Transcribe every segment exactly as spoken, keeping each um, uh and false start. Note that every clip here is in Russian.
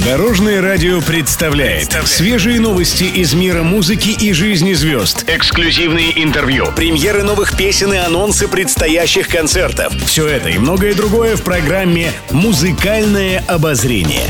Дорожное радио представляет свежие новости из мира музыки и жизни звезд, эксклюзивные интервью, премьеры новых песен и анонсы предстоящих концертов. Все это и многое другое в программе «Музыкальное обозрение».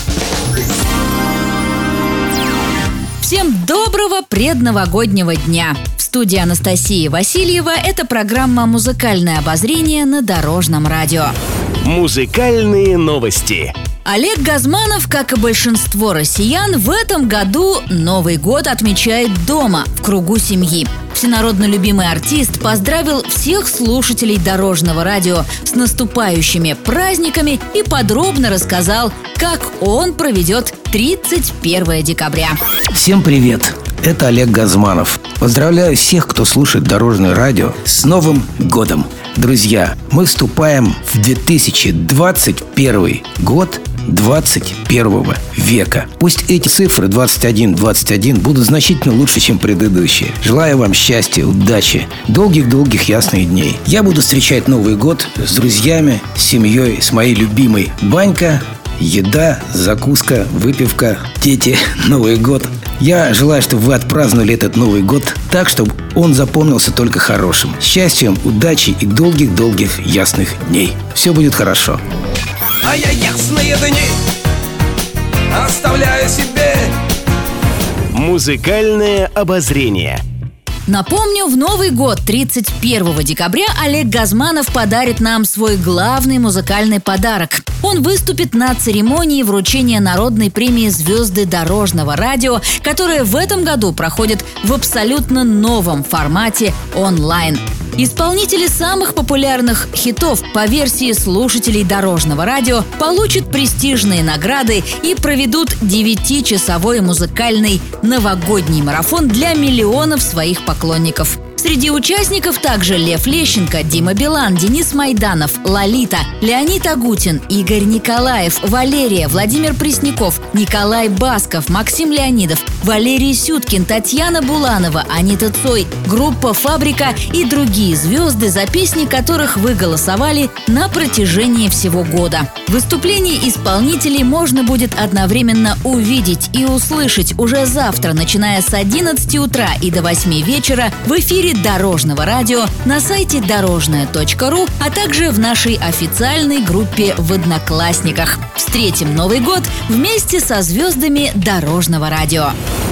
Всем доброго предновогоднего дня! В студии Анастасия Васильева. Это программа «Музыкальное обозрение» на Дорожном радио. Музыкальные новости. Олег Газманов, как и большинство россиян, в этом году Новый год отмечает дома, в кругу семьи. Всенародно любимый артист поздравил всех слушателей Дорожного радио с наступающими праздниками и подробно рассказал, как он проведет тридцать первое декабря. Всем привет! Это Олег Газманов. Поздравляю всех, кто слушает Дорожное радио, с Новым годом! Друзья, мы вступаем в две тысячи двадцать первый год двадцать первого века. Пусть эти цифры двадцать один двадцать один будут значительно лучше, чем предыдущие. Желаю вам счастья, удачи, долгих-долгих ясных дней. Я буду встречать Новый год с друзьями, с семьей, с моей любимой. Банька, еда, закуска, выпивка, дети, Новый год. Я желаю, чтобы вы отпраздновали этот Новый год так, чтобы он запомнился только хорошим. Счастьем, удачи и долгих-долгих ясных дней. Все будет хорошо. А я ясные дни оставляю себе. Музыкальное обозрение. Напомню, в Новый год, тридцать первого декабря, Олег Газманов подарит нам свой главный музыкальный подарок. Он выступит на церемонии вручения народной премии «Звезды Дорожного радио», которая в этом году проходит в абсолютно новом формате онлайн. Исполнители самых популярных хитов по версии слушателей Дорожного радио получат престижные награды и проведут девятичасовой музыкальный новогодний марафон для миллионов своих поклонников. Среди участников также Лев Лещенко, Дима Билан, Денис Майданов, Лолита, Леонид Агутин, Игорь Николаев, Валерия, Владимир Пресняков, Николай Басков, Максим Леонидов, Валерий Сюткин, Татьяна Буланова, Анита Цой, группа «Фабрика» и другие звезды, за песни которых вы голосовали на протяжении всего года. Выступления исполнителей можно будет одновременно увидеть и услышать уже завтра, начиная с одиннадцати утра и до восьми вечера в эфире Дорожного радио, на сайте дорожное точка ру, а также в нашей официальной группе в Одноклассниках. Встретим Новый год вместе со звездами Дорожного радио.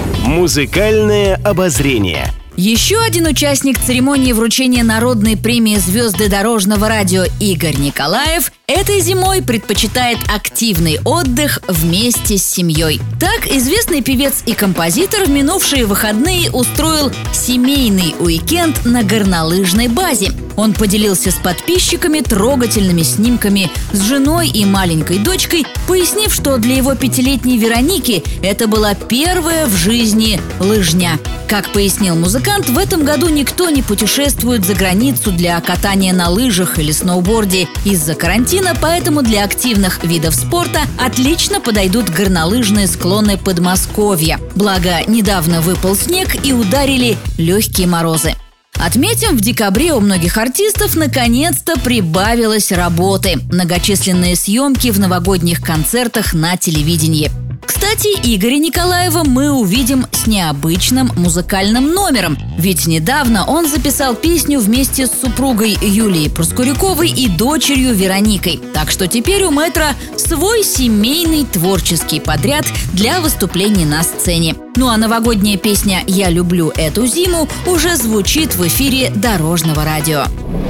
Музыкальное обозрение. Еще один участник церемонии вручения народной премии «Звезды Дорожного радио» Игорь Николаев этой зимой предпочитает активный отдых вместе с семьей. Так, известный певец и композитор в минувшие выходные устроил семейный уикенд на горнолыжной базе. Он поделился с подписчиками трогательными снимками с женой и маленькой дочкой, пояснив, что для его пятилетней Вероники это была первая в жизни лыжня. Как пояснил музыкант, в этом году никто не путешествует за границу для катания на лыжах или сноуборде из-за карантина, поэтому для активных видов спорта отлично подойдут горнолыжные склоны Подмосковья. Благо, недавно выпал снег и ударили легкие морозы. Отметим, в декабре у многих артистов наконец-то прибавилось работы. Многочисленные съемки в новогодних концертах на телевидении. Кстати, Игоря Николаева мы увидим с необычным музыкальным номером. Ведь недавно он записал песню вместе с супругой Юлией Проскуряковой и дочерью Вероникой. Так что теперь у мэтра свой семейный творческий подряд для выступлений на сцене. Ну а новогодняя песня «Я люблю эту зиму» уже звучит в эфире Дорожного радио.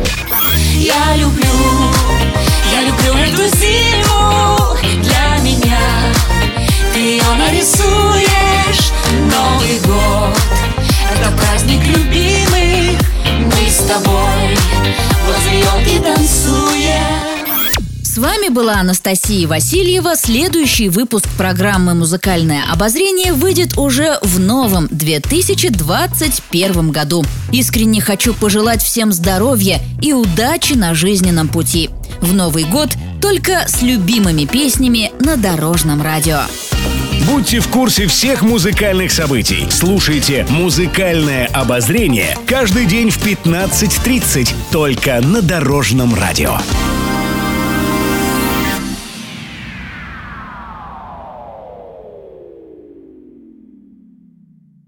Я люблю, я люблю эту зиму, для меня ты ее нарисуешь. Новый год — это праздник любимых, мы с тобой возле елки танцуем. С вами была Анастасия Васильева. Следующий выпуск программы «Музыкальное обозрение» выйдет уже в новом две тысячи двадцать первом году. Искренне хочу пожелать всем здоровья и удачи на жизненном пути. В Новый год только с любимыми песнями на Дорожном радио. Будьте в курсе всех музыкальных событий. Слушайте «Музыкальное обозрение» каждый день в пятнадцать тридцать только на Дорожном радио.